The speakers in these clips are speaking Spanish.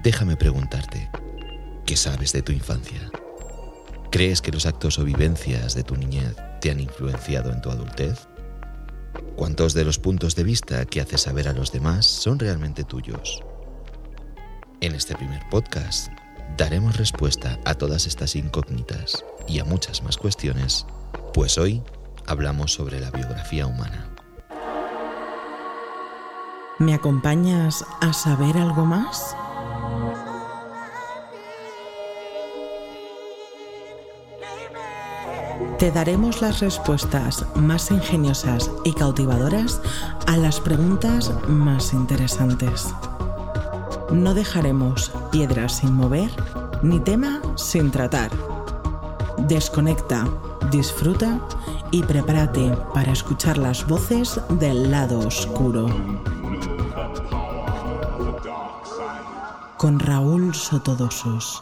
Déjame preguntarte, ¿qué sabes de tu infancia? ¿Crees que los actos o vivencias de tu niñez te han influenciado en tu adultez? ¿Cuántos de los puntos de vista que haces saber a los demás son realmente tuyos? En este primer podcast daremos respuesta a todas estas incógnitas y a muchas más cuestiones, pues hoy hablamos sobre la biografía humana. ¿Me acompañas a saber algo más? Te daremos las respuestas más ingeniosas y cautivadoras a las preguntas más interesantes. No dejaremos piedras sin mover ni tema sin tratar. Desconecta, disfruta y prepárate para escuchar las voces del lado oscuro. Con Raúl Sotodosos.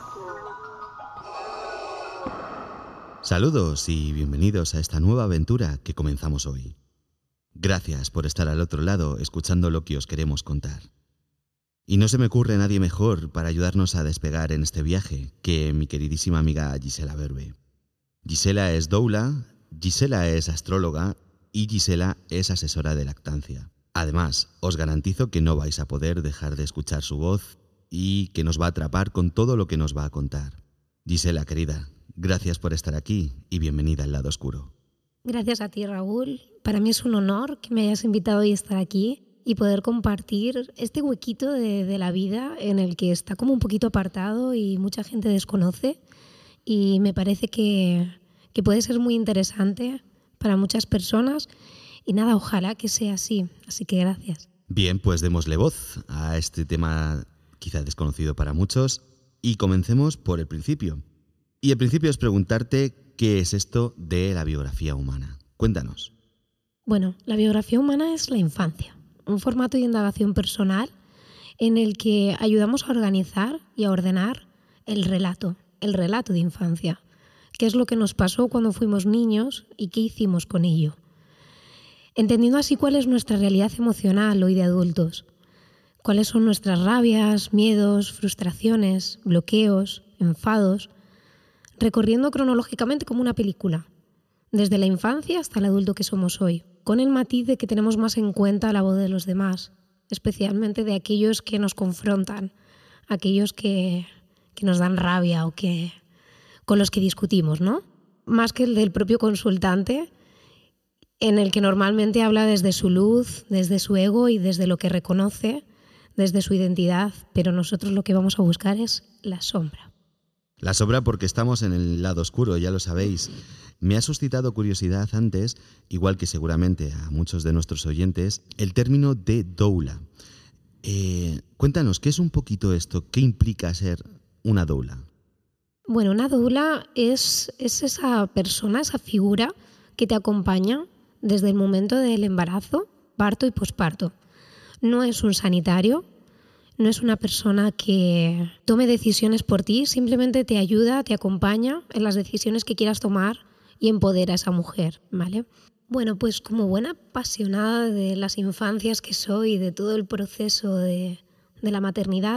Saludos y bienvenidos a esta nueva aventura que comenzamos hoy. Gracias por estar al otro lado escuchando lo que os queremos contar. Y no se me ocurre nadie mejor para ayudarnos a despegar en este viaje que mi queridísima amiga Gisela Berbe. Gisela es doula, Gisela es astróloga y Gisela es asesora de lactancia. Además, os garantizo que no vais a poder dejar de escuchar su voz y que nos va a atrapar con todo lo que nos va a contar. Gisela, querida, gracias por estar aquí y bienvenida al lado oscuro. Gracias a ti, Raúl. Para mí es un honor que me hayas invitado hoy a estar aquí y poder compartir este huequito de la vida en el que está como un poquito apartado y mucha gente desconoce, y me parece que puede ser muy interesante para muchas personas y nada, ojalá que sea así. Así que gracias. Bien, pues démosle voz a este tema quizá desconocido para muchos y comencemos por el principio. Y el principio es preguntarte qué es esto de la biografía humana. Cuéntanos. Bueno, la biografía humana es la infancia, un formato de indagación personal en el que ayudamos a organizar y a ordenar el relato de infancia. ¿Qué es lo que nos pasó cuando fuimos niños y qué hicimos con ello? Entendiendo así cuál es nuestra realidad emocional hoy de adultos, cuáles son nuestras rabias, miedos, frustraciones, bloqueos, enfados, recorriendo cronológicamente como una película, desde la infancia hasta el adulto que somos hoy, con el matiz de que tenemos más en cuenta la voz de los demás, especialmente de aquellos que nos confrontan, aquellos que nos dan rabia o con los que discutimos, ¿no? Más que el del propio consultante, en el que normalmente habla desde su luz, desde su ego y desde lo que reconoce, desde su identidad, pero nosotros lo que vamos a buscar es la sombra. La sombra porque estamos en el lado oscuro, ya lo sabéis. Me ha suscitado curiosidad antes, igual que seguramente a muchos de nuestros oyentes, el término de doula. Cuéntanos, ¿qué es un poquito esto? ¿Qué implica ser una doula? Bueno, una doula es esa persona, esa figura que te acompaña desde el momento del embarazo, parto y posparto. No es un sanitario, no es una persona que tome decisiones por ti, simplemente te ayuda, te acompaña en las decisiones que quieras tomar y empodera a esa mujer, ¿vale? Bueno, pues como buena apasionada de las infancias que soy, de todo el proceso de la maternidad,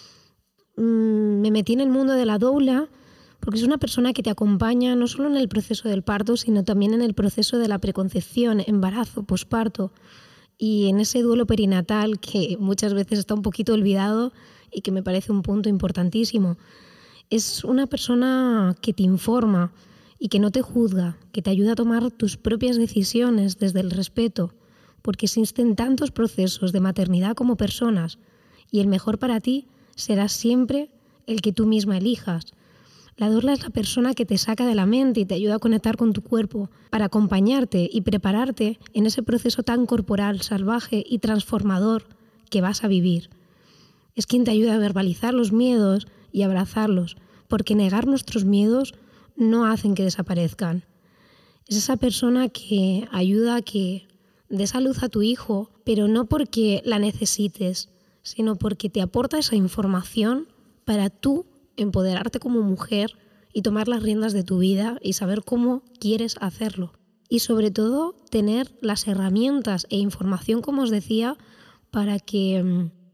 me metí en el mundo de la doula porque es una persona que te acompaña no solo en el proceso del parto, sino también en el proceso de la preconcepción, embarazo, posparto y en ese duelo perinatal que muchas veces está un poquito olvidado y que me parece un punto importantísimo. Es una persona que te informa y que no te juzga, que te ayuda a tomar tus propias decisiones desde el respeto, porque existen tantos procesos de maternidad como personas y el mejor para ti será siempre el que tú misma elijas. La doula es la persona que te saca de la mente y te ayuda a conectar con tu cuerpo para acompañarte y prepararte en ese proceso tan corporal, salvaje y transformador que vas a vivir. Es quien te ayuda a verbalizar los miedos y abrazarlos, porque negar nuestros miedos no hacen que desaparezcan. Es esa persona que ayuda a que des a luz a tu hijo, pero no porque la necesites, sino porque te aporta esa información para tú empoderarte como mujer y tomar las riendas de tu vida y saber cómo quieres hacerlo. Y sobre todo tener las herramientas e información, como os decía, para que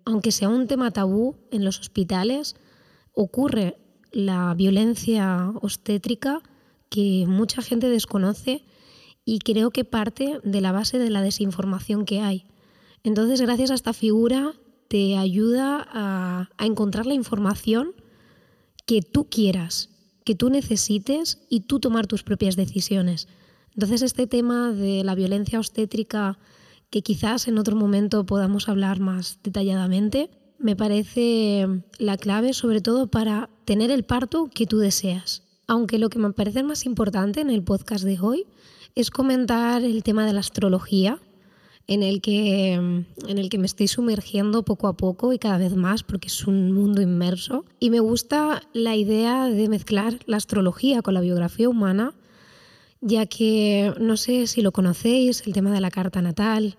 aunque sea un tema tabú en los hospitales, ocurre la violencia obstétrica que mucha gente desconoce y creo que parte de la base de la desinformación que hay. Entonces, gracias a esta figura te ayuda a encontrar la información que tú quieras, que tú necesites y tú tomar tus propias decisiones. Entonces, este tema de la violencia obstétrica, que quizás en otro momento podamos hablar más detalladamente, me parece la clave sobre todo para tener el parto que tú deseas. Aunque lo que me parece más importante en el podcast de hoy es comentar el tema de la astrología, en el que me estoy sumergiendo poco a poco y cada vez más porque es un mundo inmerso. Y me gusta la idea de mezclar la astrología con la biografía humana, ya que no sé si lo conocéis, el tema de la carta natal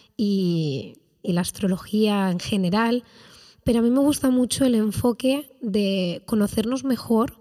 y la astrología en general, pero a mí me gusta mucho el enfoque de conocernos mejor,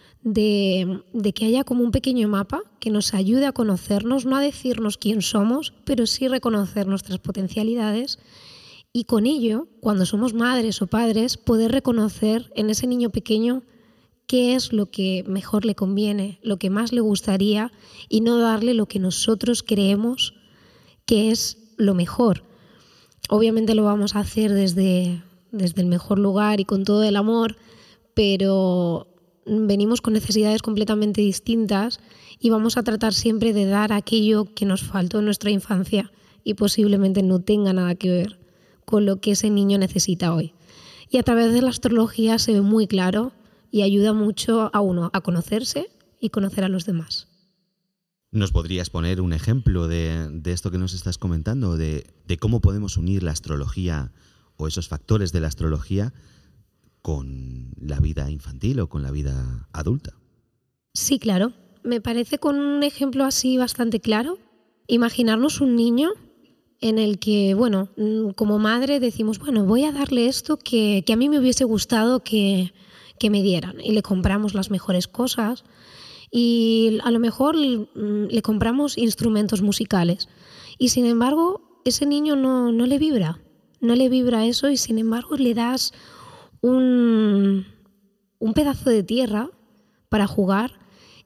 de que haya como un pequeño mapa que nos ayude a conocernos, no a decirnos quién somos, pero sí reconocer nuestras potencialidades y con ello, cuando somos madres o padres, poder reconocer en ese niño pequeño qué es lo que mejor le conviene, lo que más le gustaría y no darle lo que nosotros creemos que es lo mejor. Obviamente lo vamos a hacer desde el mejor lugar y con todo el amor, pero venimos con necesidades completamente distintas y vamos a tratar siempre de dar aquello que nos faltó en nuestra infancia y posiblemente no tenga nada que ver con lo que ese niño necesita hoy. Y a través de la astrología se ve muy claro y ayuda mucho a uno a conocerse y conocer a los demás. ¿Nos podrías poner un ejemplo de esto que nos estás comentando, de cómo podemos unir la astrología o esos factores de la astrología con la vida infantil o con la vida adulta? Sí, claro. Me parece con un ejemplo así bastante claro. Imaginarnos un niño en el que, bueno, como madre decimos, bueno, voy a darle esto que a mí me hubiese gustado que me dieran. Y le compramos las mejores cosas y a lo mejor le compramos instrumentos musicales. Y sin embargo, ese niño no le vibra. No le vibra eso y sin embargo le das un pedazo de tierra para jugar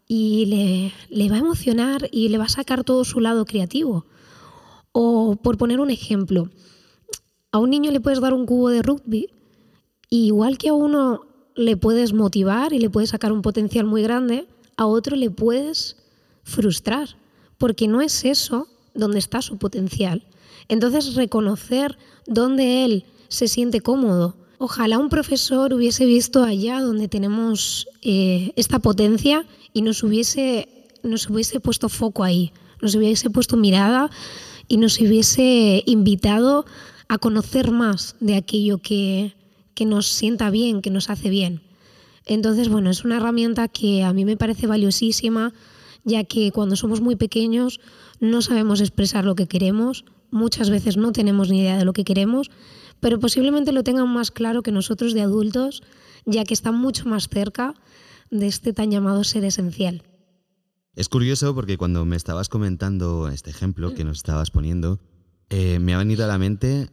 y le va a emocionar y le va a sacar todo su lado creativo. O por poner un ejemplo, a un niño le puedes dar un cubo de rugby y igual que a uno le puedes motivar y le puedes sacar un potencial muy grande, a otro le puedes frustrar, porque no es eso donde está su potencial. Entonces, reconocer dónde él se siente cómodo. Ojalá un profesor hubiese visto allá donde tenemos esta potencia y nos hubiese puesto foco ahí, nos hubiese puesto mirada y nos hubiese invitado a conocer más de aquello que nos sienta bien, que nos hace bien. Entonces, bueno, es una herramienta que a mí me parece valiosísima, ya que cuando somos muy pequeños no sabemos expresar lo que queremos, muchas veces no tenemos ni idea de lo que queremos, pero posiblemente lo tengan más claro que nosotros de adultos, ya que están mucho más cerca de este tan llamado ser esencial. Es curioso porque cuando me estabas comentando este ejemplo que nos estabas poniendo, me ha venido a la mente,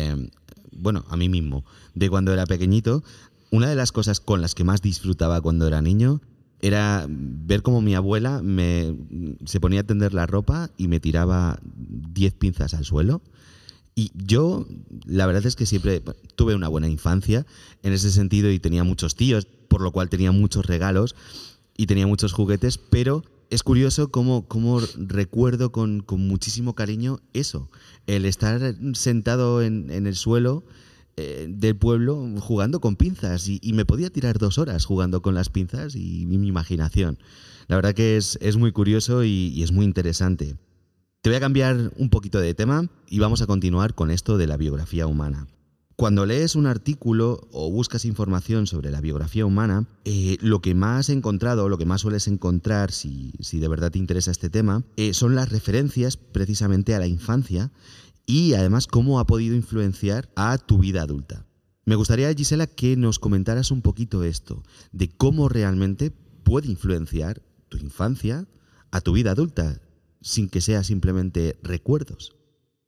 a mí mismo, de cuando era pequeñito. Una de las cosas con las que más disfrutaba cuando era niño era ver cómo mi abuela se ponía a tender la ropa y me tiraba 10 pinzas al suelo. Y yo, la verdad es que siempre tuve una buena infancia en ese sentido y tenía muchos tíos, por lo cual tenía muchos regalos y tenía muchos juguetes, pero es curioso cómo recuerdo con muchísimo cariño eso, el estar sentado en el suelo del pueblo jugando con pinzas y me podía tirar 2 horas jugando con las pinzas y mi imaginación. La verdad que es muy curioso y es muy interesante. Te voy a cambiar un poquito de tema y vamos a continuar con esto de la biografía humana. Cuando lees un artículo o buscas información sobre la biografía humana, lo que más he encontrado, lo que más sueles encontrar si de verdad te interesa este tema, son las referencias precisamente a la infancia y además cómo ha podido influenciar a tu vida adulta. Me gustaría, Gisela, que nos comentaras un poquito esto, de cómo realmente puede influenciar tu infancia a tu vida adulta, sin que sea simplemente recuerdos.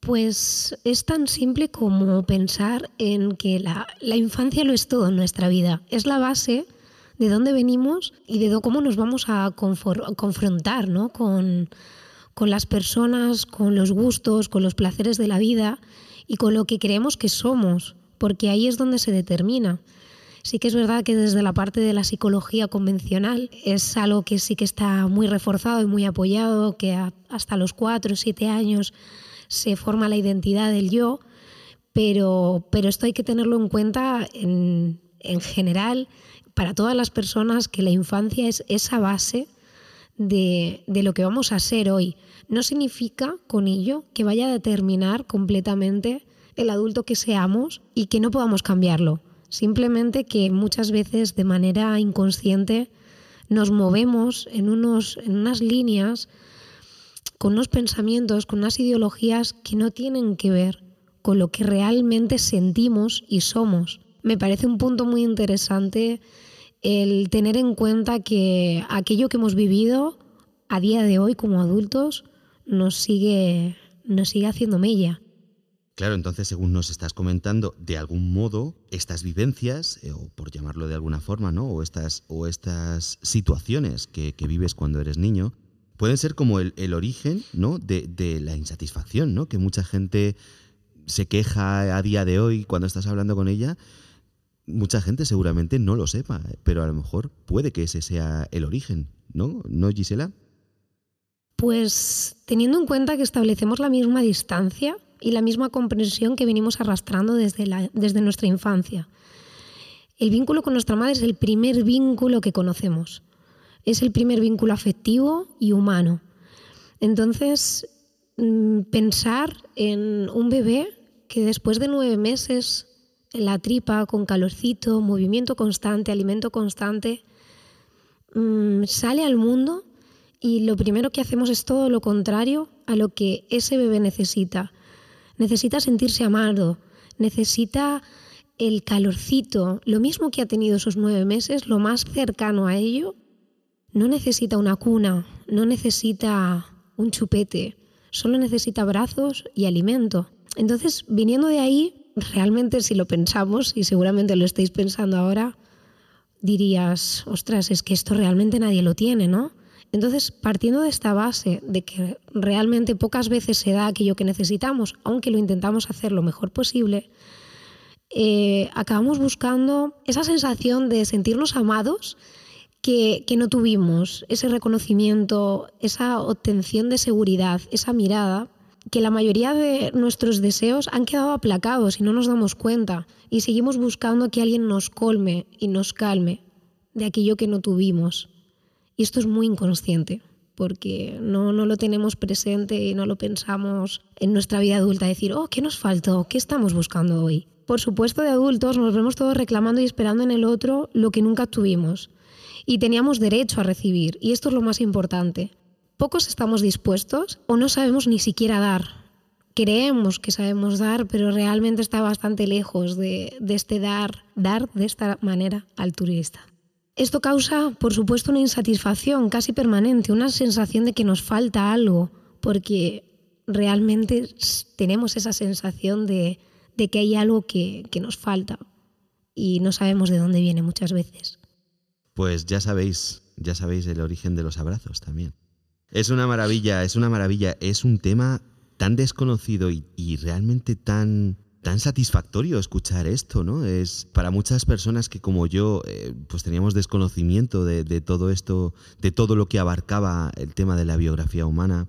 Pues es tan simple como pensar en que la infancia lo es todo en nuestra vida. Es la base de dónde venimos y de cómo nos vamos a confrontar, ¿no? con las personas, con los gustos, con los placeres de la vida y con lo que creemos que somos, porque ahí es donde se determina. Sí que es verdad que desde la parte de la psicología convencional es algo que sí que está muy reforzado y muy apoyado, que hasta los 4 o 7 años se forma la identidad del yo, pero esto hay que tenerlo en cuenta en general para todas las personas, que la infancia es esa base de lo que vamos a ser hoy. No significa con ello que vaya a determinar completamente el adulto que seamos y que no podamos cambiarlo. Simplemente que muchas veces de manera inconsciente nos movemos en unas líneas, con unos pensamientos, con unas ideologías que no tienen que ver con lo que realmente sentimos y somos. Me parece un punto muy interesante el tener en cuenta que aquello que hemos vivido a día de hoy como adultos nos sigue haciendo mella. Claro, entonces, según nos estás comentando, de algún modo, estas vivencias, o por llamarlo de alguna forma, ¿no? o estas situaciones que vives cuando eres niño, pueden ser como el origen, ¿no? de la insatisfacción, ¿no? Que mucha gente se queja a día de hoy cuando estás hablando con ella. Mucha gente seguramente no lo sepa, pero a lo mejor puede que ese sea el origen, ¿no? ¿No, Gisela? Pues teniendo en cuenta que establecemos la misma distancia y la misma comprensión que venimos arrastrando desde nuestra infancia. El vínculo con nuestra madre es el primer vínculo que conocemos. Es el primer vínculo afectivo y humano. Entonces, pensar en un bebé que después de 9 meses en la tripa, con calorcito, movimiento constante, alimento constante, sale al mundo y lo primero que hacemos es todo lo contrario a lo que ese bebé necesita. Necesita sentirse amado, necesita el calorcito, lo mismo que ha tenido esos 9 meses, lo más cercano a ello. No necesita una cuna, no necesita un chupete, solo necesita abrazos y alimento. Entonces, viniendo de ahí, realmente si lo pensamos, y seguramente lo estáis pensando ahora, dirías, ostras, es que esto realmente nadie lo tiene, ¿no? Entonces, partiendo de esta base de que realmente pocas veces se da aquello que necesitamos, aunque lo intentamos hacer lo mejor posible, acabamos buscando esa sensación de sentirnos amados que no tuvimos, ese reconocimiento, esa obtención de seguridad, esa mirada, que la mayoría de nuestros deseos han quedado aplacados y no nos damos cuenta y seguimos buscando que alguien nos colme y nos calme de aquello que no tuvimos. Y esto es muy inconsciente porque no lo tenemos presente y no lo pensamos en nuestra vida adulta, decir, ¿qué nos faltó? ¿Qué estamos buscando hoy? Por supuesto, de adultos nos vemos todos reclamando y esperando en el otro lo que nunca tuvimos y teníamos derecho a recibir, y esto es lo más importante. Pocos estamos dispuestos o no sabemos ni siquiera dar. Creemos que sabemos dar, pero realmente está bastante lejos de este dar de esta manera altruista. Esto causa, por supuesto, una insatisfacción casi permanente, una sensación de que nos falta algo, porque realmente tenemos esa sensación de que hay algo que nos falta y no sabemos de dónde viene muchas veces. Pues ya sabéis el origen de los abrazos también. Es una maravilla, es un tema tan desconocido y realmente tan satisfactorio escuchar esto, ¿no? Es para muchas personas que como yo pues teníamos desconocimiento de todo esto, de todo lo que abarcaba el tema de la biografía humana.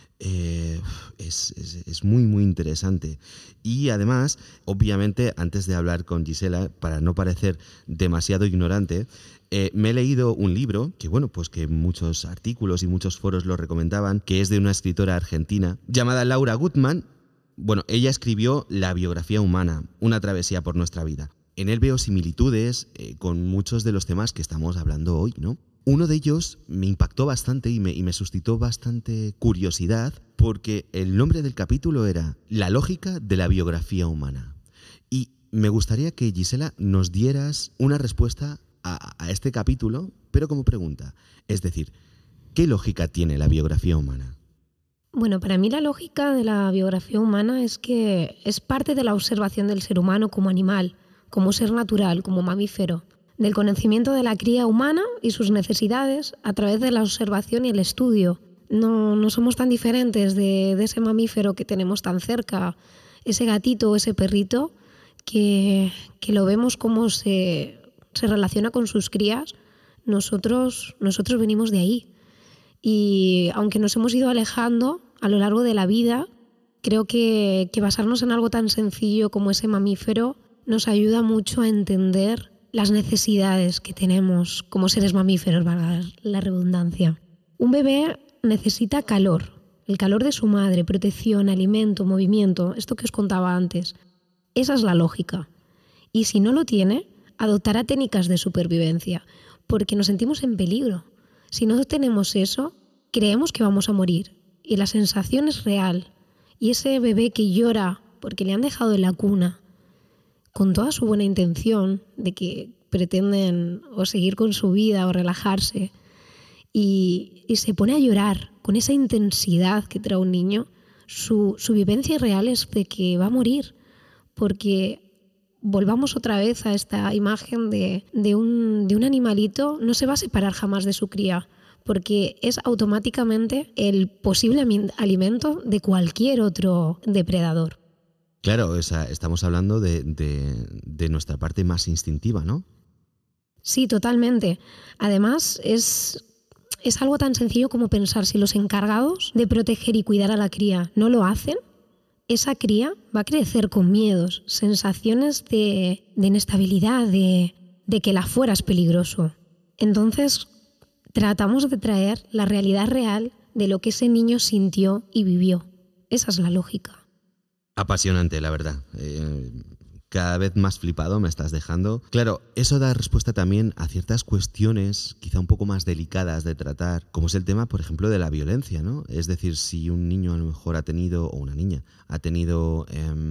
Es muy muy interesante. Y además, obviamente, antes de hablar con Gisela, para no parecer demasiado ignorante, me he leído un libro que que muchos artículos y muchos foros lo recomendaban, que es de una escritora argentina llamada Laura Gutman. Ella escribió La biografía humana, una travesía por nuestra vida. En él veo similitudes con muchos de los temas que estamos hablando hoy, ¿no? Uno de ellos me impactó bastante y me suscitó bastante curiosidad porque el nombre del capítulo era La lógica de la biografía humana. Y me gustaría que, Gisela, nos dieras una respuesta a este capítulo, pero como pregunta. Es decir, ¿qué lógica tiene la biografía humana? Bueno, para mí la lógica de la biografía humana es que es parte de la observación del ser humano como animal, como ser natural, como mamífero, del conocimiento de la cría humana y sus necesidades a través de la observación y el estudio. No somos tan diferentes de ese mamífero que tenemos tan cerca, ese gatito o ese perrito, que lo vemos cómo se relaciona con sus crías. Nosotros venimos de ahí. Y aunque nos hemos ido alejando a lo largo de la vida, creo que basarnos en algo tan sencillo como ese mamífero nos ayuda mucho a entender las necesidades que tenemos como seres mamíferos, valga la redundancia. Un bebé necesita calor, el calor de su madre, protección, alimento, movimiento, esto que os contaba antes. Esa es la lógica. Y si no lo tiene, adoptará técnicas de supervivencia, porque nos sentimos en peligro. Si no tenemos eso, creemos que vamos a morir. Y la sensación es real. Y ese bebé que llora porque le han dejado en la cuna, con toda su buena intención de que pretenden o seguir con su vida o relajarse, y se pone a llorar con esa intensidad que trae un niño, su vivencia real es de que va a morir. Porque volvamos otra vez a esta imagen de un animalito, no se va a separar jamás de su cría, porque es automáticamente el posible alimento de cualquier otro depredador. Claro, estamos hablando de nuestra parte más instintiva, ¿no? Sí, totalmente. Además, es algo tan sencillo como pensar, si los encargados de proteger y cuidar a la cría no lo hacen, esa cría va a crecer con miedos, sensaciones de inestabilidad, de que el afuera es peligroso. Entonces, tratamos de traer la realidad real de lo que ese niño sintió y vivió. Esa es la lógica. Apasionante, la verdad. Cada vez más flipado me estás dejando. Claro, eso da respuesta también a ciertas cuestiones quizá un poco más delicadas de tratar, como es el tema, por ejemplo, de la violencia, ¿no? Es decir, si un niño a lo mejor ha tenido, o una niña, ha tenido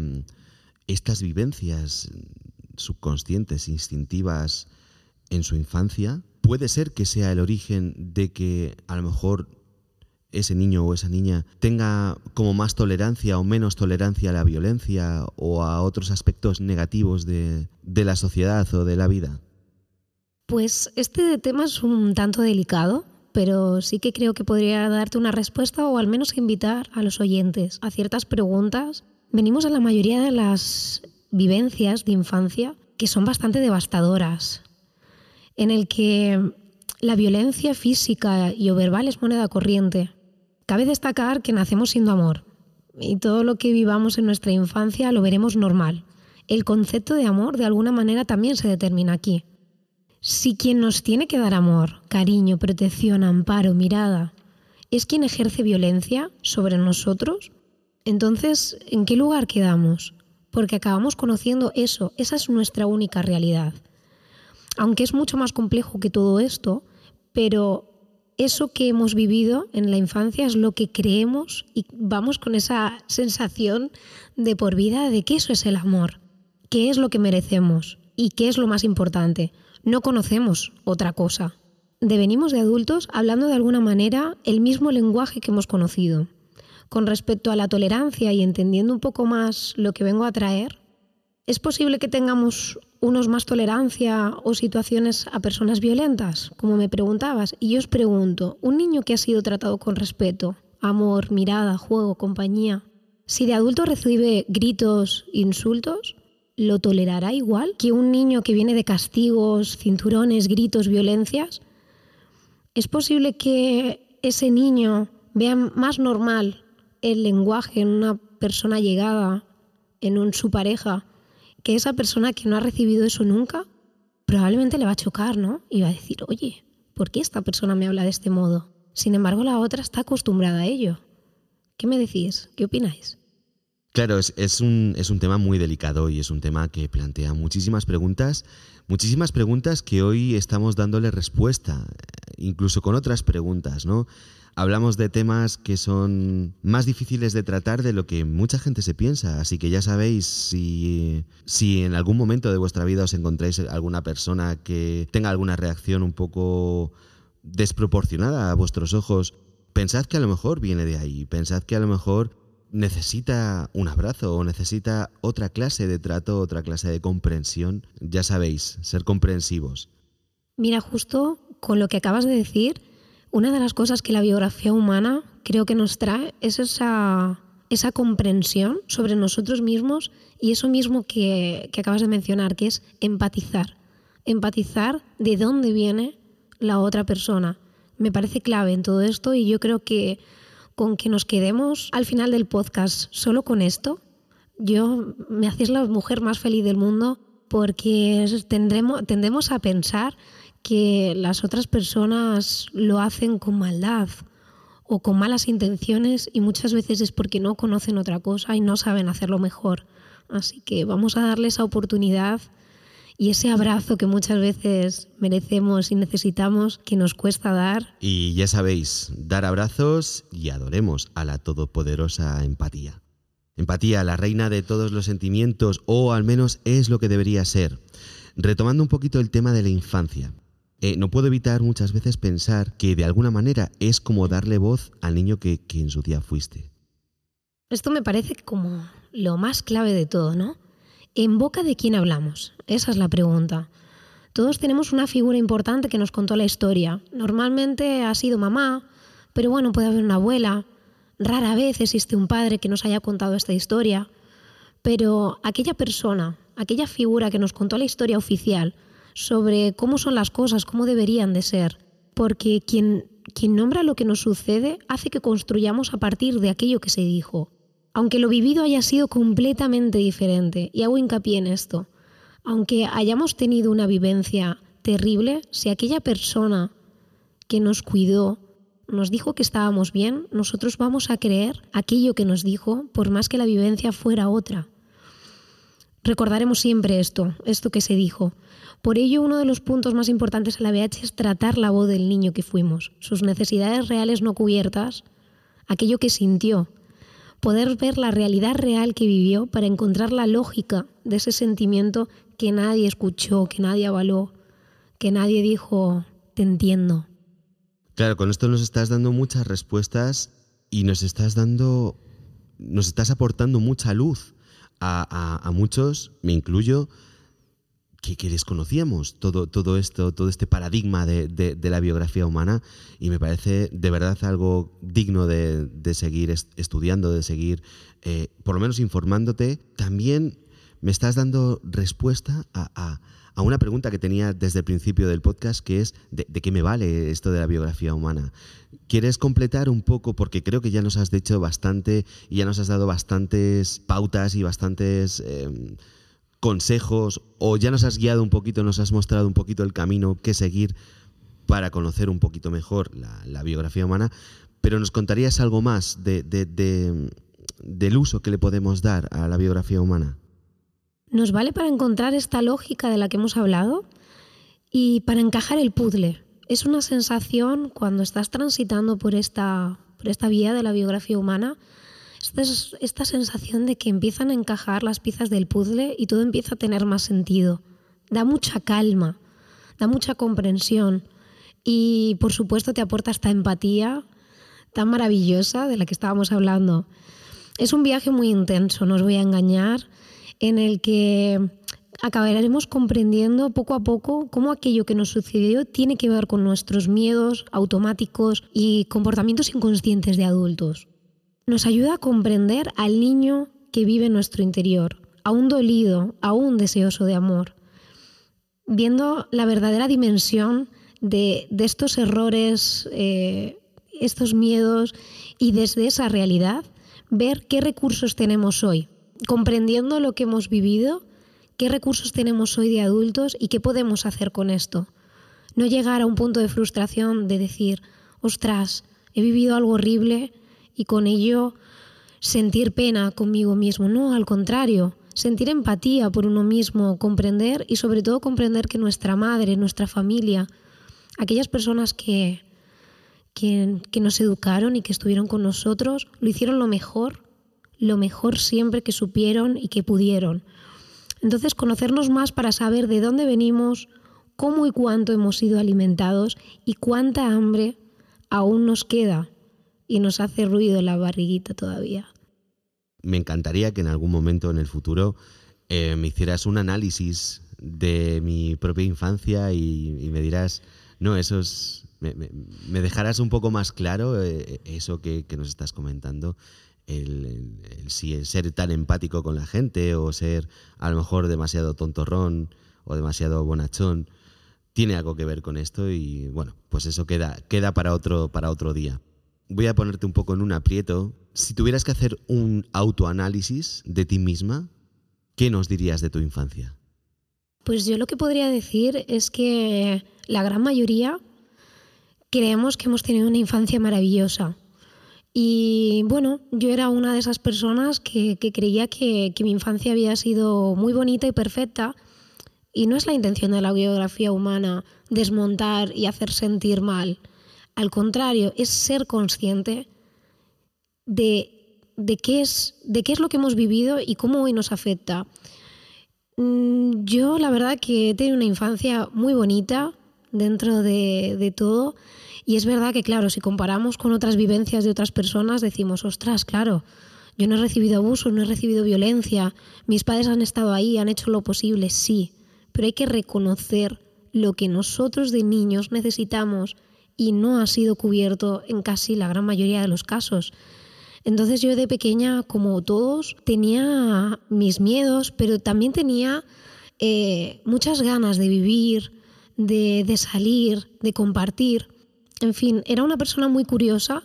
estas vivencias subconscientes, instintivas en su infancia, puede ser que sea el origen de que a lo mejor ese niño o esa niña tenga como más tolerancia o menos tolerancia a la violencia o a otros aspectos negativos de la sociedad o de la vida. Pues este tema es un tanto delicado, pero sí que creo que podría darte una respuesta o al menos invitar a los oyentes a ciertas preguntas. Venimos a la mayoría de las vivencias de infancia que son bastante devastadoras, en el que la violencia física y o verbal es moneda corriente. Cabe destacar que nacemos siendo amor y todo lo que vivamos en nuestra infancia lo veremos normal. El concepto de amor de alguna manera también se determina aquí. Si quien nos tiene que dar amor, cariño, protección, amparo, mirada, es quien ejerce violencia sobre nosotros, entonces, ¿en qué lugar quedamos? Porque acabamos conociendo eso, esa es nuestra única realidad. Aunque es mucho más complejo que todo esto, pero eso que hemos vivido en la infancia es lo que creemos y vamos con esa sensación de por vida de que eso es el amor, qué es lo que merecemos y qué es lo más importante. No conocemos otra cosa. Devenimos de adultos hablando de alguna manera el mismo lenguaje que hemos conocido. Con respecto a la tolerancia y entendiendo un poco más lo que vengo a traer, ¿es posible que tengamos unos más tolerancia o situaciones a personas violentas, como me preguntabas? Y yo os pregunto, un niño que ha sido tratado con respeto, amor, mirada, juego, compañía, si de adulto recibe gritos, insultos, ¿lo tolerará igual que un niño que viene de castigos, cinturones, gritos, violencias? ¿Es posible que ese niño vea más normal el lenguaje en una persona allegada, en su pareja, que esa persona que no ha recibido eso nunca? Probablemente le va a chocar, ¿no? Y va a decir, oye, ¿por qué esta persona me habla de este modo? Sin embargo, la otra está acostumbrada a ello. ¿Qué me decís? ¿Qué opináis? Claro, es un tema muy delicado y es un tema que plantea muchísimas preguntas que hoy estamos dándole respuesta, incluso con otras preguntas, ¿no? Hablamos de temas que son más difíciles de tratar de lo que mucha gente se piensa, así que ya sabéis, si en algún momento de vuestra vida os encontráis alguna persona que tenga alguna reacción un poco desproporcionada a vuestros ojos, pensad que a lo mejor viene de ahí, pensad que a lo mejor necesita un abrazo o necesita otra clase de trato, otra clase de comprensión. Ya sabéis, ser comprensivos. Mira, justo con lo que acabas de decir, una de las cosas que la biografía humana creo que nos trae es esa comprensión sobre nosotros mismos y eso mismo que acabas de mencionar, que es empatizar. Empatizar de dónde viene la otra persona. Me parece clave en todo esto y yo creo que con que nos quedemos al final del podcast solo con esto, me hacéis la mujer más feliz del mundo, porque tendemos a pensar que las otras personas lo hacen con maldad o con malas intenciones y muchas veces es porque no conocen otra cosa y no saben hacerlo mejor. Así que vamos a darle esa oportunidad y ese abrazo que muchas veces merecemos y necesitamos, que nos cuesta dar. Y ya sabéis, dar abrazos y adoremos a la todopoderosa empatía. Empatía, la reina de todos los sentimientos, o al menos es lo que debería ser. Retomando un poquito el tema de la infancia, no puedo evitar muchas veces pensar que de alguna manera es como darle voz al niño que en su día fuiste. Esto me parece como lo más clave de todo, ¿no? ¿En boca de quién hablamos? Esa es la pregunta. Todos tenemos una figura importante que nos contó la historia. Normalmente ha sido mamá, pero bueno, puede haber una abuela. Rara vez existe un padre que nos haya contado esta historia. Pero aquella persona, aquella figura que nos contó la historia oficial sobre cómo son las cosas, cómo deberían de ser. Porque quien nombra lo que nos sucede hace que construyamos a partir de aquello que se dijo. Aunque lo vivido haya sido completamente diferente, y hago hincapié en esto, aunque hayamos tenido una vivencia terrible, si aquella persona que nos cuidó nos dijo que estábamos bien, nosotros vamos a creer aquello que nos dijo, por más que la vivencia fuera otra. Recordaremos siempre esto que se dijo. Por ello, uno de los puntos más importantes en la VH es tratar la voz del niño que fuimos, sus necesidades reales no cubiertas, aquello que sintió, poder ver la realidad real que vivió para encontrar la lógica de ese sentimiento que nadie escuchó, que nadie avaló, que nadie dijo, te entiendo. Claro, con esto nos estás dando muchas respuestas y nos estás aportando mucha luz a muchos, me incluyo, que desconocíamos todo esto, todo este paradigma de la biografía humana, y me parece de verdad algo digno de seguir estudiando, de seguir por lo menos informándote. También me estás dando respuesta a una pregunta que tenía desde el principio del podcast, que es ¿de qué me vale esto de la biografía humana? ¿Quieres completar un poco? Porque creo que ya nos has dicho bastante y ya nos has dado bastantes pautas y bastantes consejos, o ya nos has guiado un poquito, nos has mostrado un poquito el camino que seguir para conocer un poquito mejor la biografía humana, pero ¿nos contarías algo más del uso que le podemos dar a la biografía humana? Nos vale para encontrar esta lógica de la que hemos hablado y para encajar el puzzle. Es una sensación cuando estás transitando por esta vía de la biografía humana, esta sensación de que empiezan a encajar las piezas del puzzle y todo empieza a tener más sentido. Da mucha calma, da mucha comprensión y, por supuesto, te aporta esta empatía tan maravillosa de la que estábamos hablando. Es un viaje muy intenso, no os voy a engañar, en el que acabaremos comprendiendo poco a poco cómo aquello que nos sucedió tiene que ver con nuestros miedos automáticos y comportamientos inconscientes de adultos. Nos ayuda a comprender al niño que vive en nuestro interior, aún dolido, aún deseoso de amor, viendo la verdadera dimensión de estos errores, estos miedos, y desde esa realidad ver qué recursos tenemos hoy, comprendiendo lo que hemos vivido, qué recursos tenemos hoy de adultos y qué podemos hacer con esto. No llegar a un punto de frustración de decir, ostras, he vivido algo horrible y con ello sentir pena conmigo mismo. No, al contrario, sentir empatía por uno mismo, comprender y sobre todo comprender que nuestra madre, nuestra familia, aquellas personas que nos educaron y que estuvieron con nosotros, lo hicieron lo mejor siempre que supieron y que pudieron. Entonces, conocernos más para saber de dónde venimos, cómo y cuánto hemos sido alimentados y cuánta hambre aún nos queda y nos hace ruido en la barriguita todavía. Me encantaría que en algún momento en el futuro me hicieras un análisis de mi propia infancia y me dirás, no, eso es... Me dejarás un poco más claro eso que nos estás comentando, el ser tan empático con la gente o ser a lo mejor demasiado tontorrón o demasiado bonachón. Tiene algo que ver con esto y bueno, pues eso queda para otro día. Voy a ponerte un poco en un aprieto. Si tuvieras que hacer un autoanálisis de ti misma, ¿qué nos dirías de tu infancia? Pues yo lo que podría decir es que la gran mayoría creemos que hemos tenido una infancia maravillosa. Y bueno, yo era una de esas personas que creía que mi infancia había sido muy bonita y perfecta. Y no es la intención de la biografía humana desmontar y hacer sentir mal. Al contrario, es ser consciente de qué es lo que hemos vivido y cómo hoy nos afecta. Yo la verdad que he tenido una infancia muy bonita dentro de todo, y es verdad que claro, si comparamos con otras vivencias de otras personas decimos, ostras, claro, yo no he recibido abuso, no he recibido violencia, mis padres han estado ahí, han hecho lo posible, sí, pero hay que reconocer lo que nosotros de niños necesitamos y no ha sido cubierto en casi la gran mayoría de los casos. Entonces yo de pequeña, como todos, tenía mis miedos, pero también tenía muchas ganas de vivir, de salir, de compartir. En fin, era una persona muy curiosa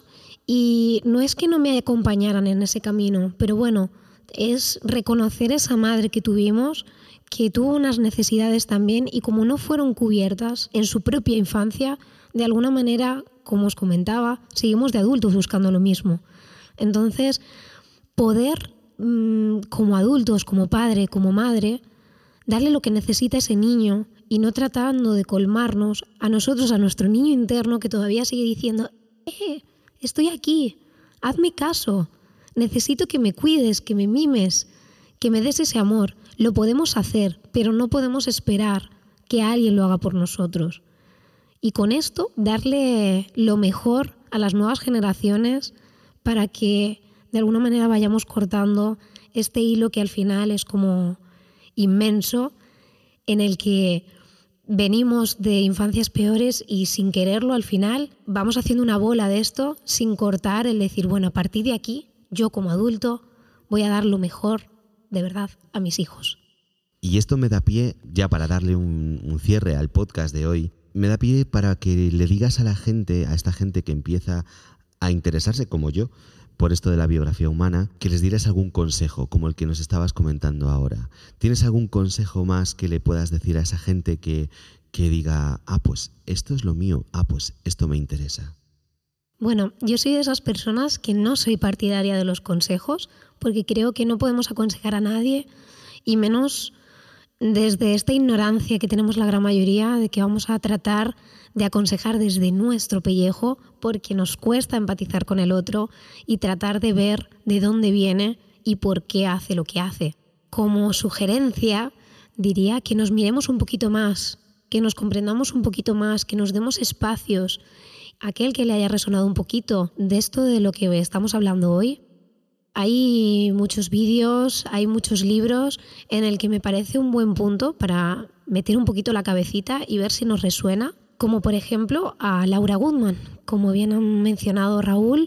y no es que no me acompañaran en ese camino, pero bueno, es reconocer esa madre que tuvimos, que tuvo unas necesidades también y como no fueron cubiertas en su propia infancia, de alguna manera, como os comentaba, seguimos de adultos buscando lo mismo. Entonces, poder, como adultos, como padre, como madre, darle lo que necesita ese niño y no tratando de colmarnos a nosotros, a nuestro niño interno que todavía sigue diciendo estoy aquí, hazme caso, necesito que me cuides, que me mimes, que me des ese amor. Lo podemos hacer, pero no podemos esperar que alguien lo haga por nosotros. Y con esto, darle lo mejor a las nuevas generaciones para que de alguna manera vayamos cortando este hilo que al final es como inmenso, en el que venimos de infancias peores y sin quererlo al final vamos haciendo una bola de esto sin cortar el decir, bueno, a partir de aquí yo como adulto voy a dar lo mejor de verdad a mis hijos. Y esto me da pie, ya para darle un cierre al podcast de hoy, me da pie para que le digas a la gente, a esta gente que empieza a interesarse como yo por esto de la biografía humana, que les dieras algún consejo, como el que nos estabas comentando ahora. ¿Tienes algún consejo más que le puedas decir a esa gente que diga, pues esto es lo mío, pues esto me interesa? Bueno, yo soy de esas personas que no soy partidaria de los consejos, porque creo que no podemos aconsejar a nadie, y menos desde esta ignorancia que tenemos la gran mayoría de que vamos a tratar de aconsejar desde nuestro pellejo, porque nos cuesta empatizar con el otro y tratar de ver de dónde viene y por qué hace lo que hace. Como sugerencia, diría que nos miremos un poquito más, que nos comprendamos un poquito más, que nos demos espacios. Aquel que le haya resonado un poquito de esto de lo que estamos hablando hoy, hay muchos vídeos, hay muchos libros en el que me parece un buen punto para meter un poquito la cabecita y ver si nos resuena, como por ejemplo a Laura Goodman. Como bien han mencionado Raúl,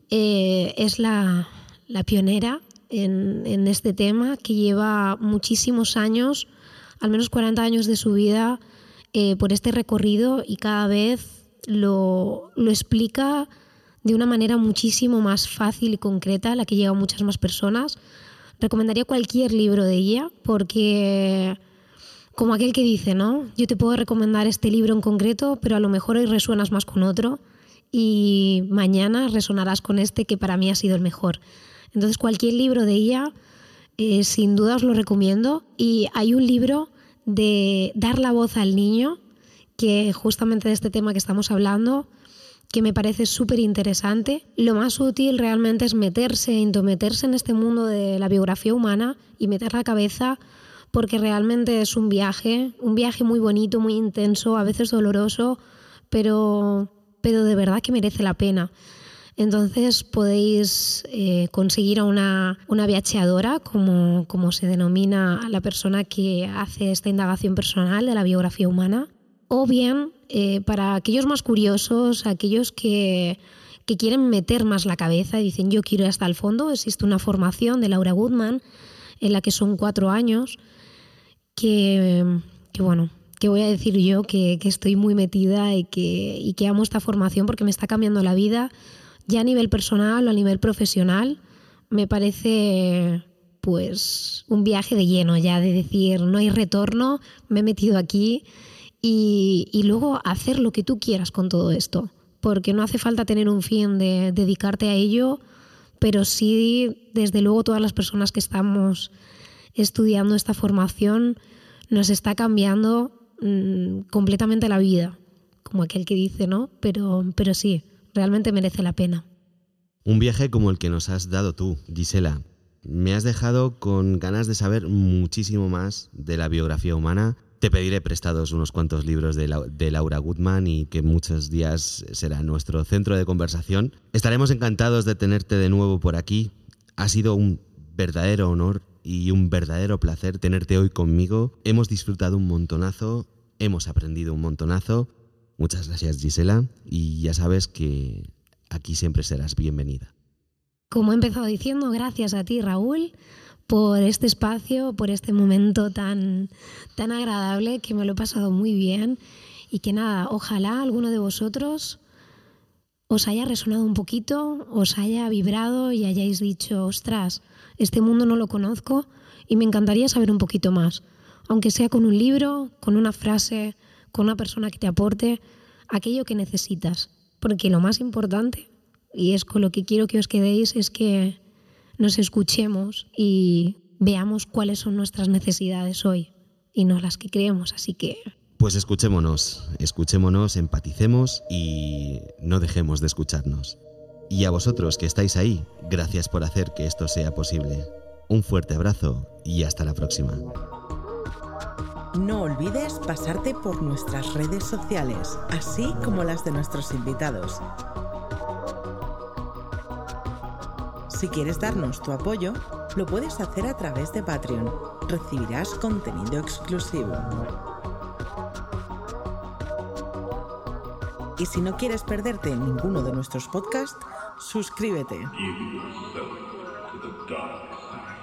es la pionera en este tema, que lleva muchísimos años, al menos 40 años de su vida por este recorrido, y cada vez lo explica de una manera muchísimo más fácil y concreta, a la que llega a muchas más personas. Recomendaría cualquier libro de ella, porque como aquel que dice, ¿no? Yo te puedo recomendar este libro en concreto, pero a lo mejor hoy resuenas más con otro y mañana resonarás con este, que para mí ha sido el mejor. Entonces cualquier libro de ella, sin duda os lo recomiendo. Y hay un libro de dar la voz al niño, que justamente de este tema que estamos hablando, que me parece súper interesante. Lo más útil realmente es intrometerse en este mundo de la biografía humana y meter la cabeza, porque realmente es un viaje muy bonito, muy intenso, a veces doloroso, pero de verdad que merece la pena. Entonces podéis conseguir a una viajeadora, como se denomina a la persona que hace esta indagación personal de la biografía humana, o bien para aquellos más curiosos, aquellos que quieren meter más la cabeza y dicen yo quiero ir hasta el fondo, existe una formación de Laura Goodman en la que son 4 años que voy a decir yo que estoy muy metida y que amo esta formación porque me está cambiando la vida ya a nivel personal o a nivel profesional. Me parece pues un viaje de lleno ya, de decir no hay retorno, me he metido aquí y luego hacer lo que tú quieras con todo esto, porque no hace falta tener un fin de dedicarte a ello, pero sí, desde luego, todas las personas que estamos estudiando esta formación nos está cambiando completamente la vida, como aquel que dice, ¿no? Pero sí, realmente merece la pena. Un viaje como el que nos has dado tú, Gisela. Me has dejado con ganas de saber muchísimo más de la biografía humana. Te pediré prestados unos cuantos libros de Laura Goodman y que muchos días será nuestro centro de conversación. Estaremos encantados de tenerte de nuevo por aquí. Ha sido un verdadero honor y un verdadero placer tenerte hoy conmigo. Hemos disfrutado un montonazo, hemos aprendido un montonazo. Muchas gracias, Gisela, y ya sabes que aquí siempre serás bienvenida. Como he empezado diciendo, gracias a ti, Raúl, por este espacio, por este momento tan agradable, que me lo he pasado muy bien y que nada, ojalá alguno de vosotros os haya resonado un poquito, os haya vibrado y hayáis dicho, ostras, este mundo no lo conozco y me encantaría saber un poquito más, aunque sea con un libro, con una frase, con una persona que te aporte aquello que necesitas, porque lo más importante, y es con lo que quiero que os quedéis, es que nos escuchemos y veamos cuáles son nuestras necesidades hoy y no las que creemos, así que... Pues escuchémonos, empaticemos y no dejemos de escucharnos. Y a vosotros que estáis ahí, gracias por hacer que esto sea posible. Un fuerte abrazo y hasta la próxima. No olvides pasarte por nuestras redes sociales, así como las de nuestros invitados. Si quieres darnos tu apoyo, lo puedes hacer a través de Patreon. Recibirás contenido exclusivo. Y si no quieres perderte ninguno de nuestros podcasts, suscríbete.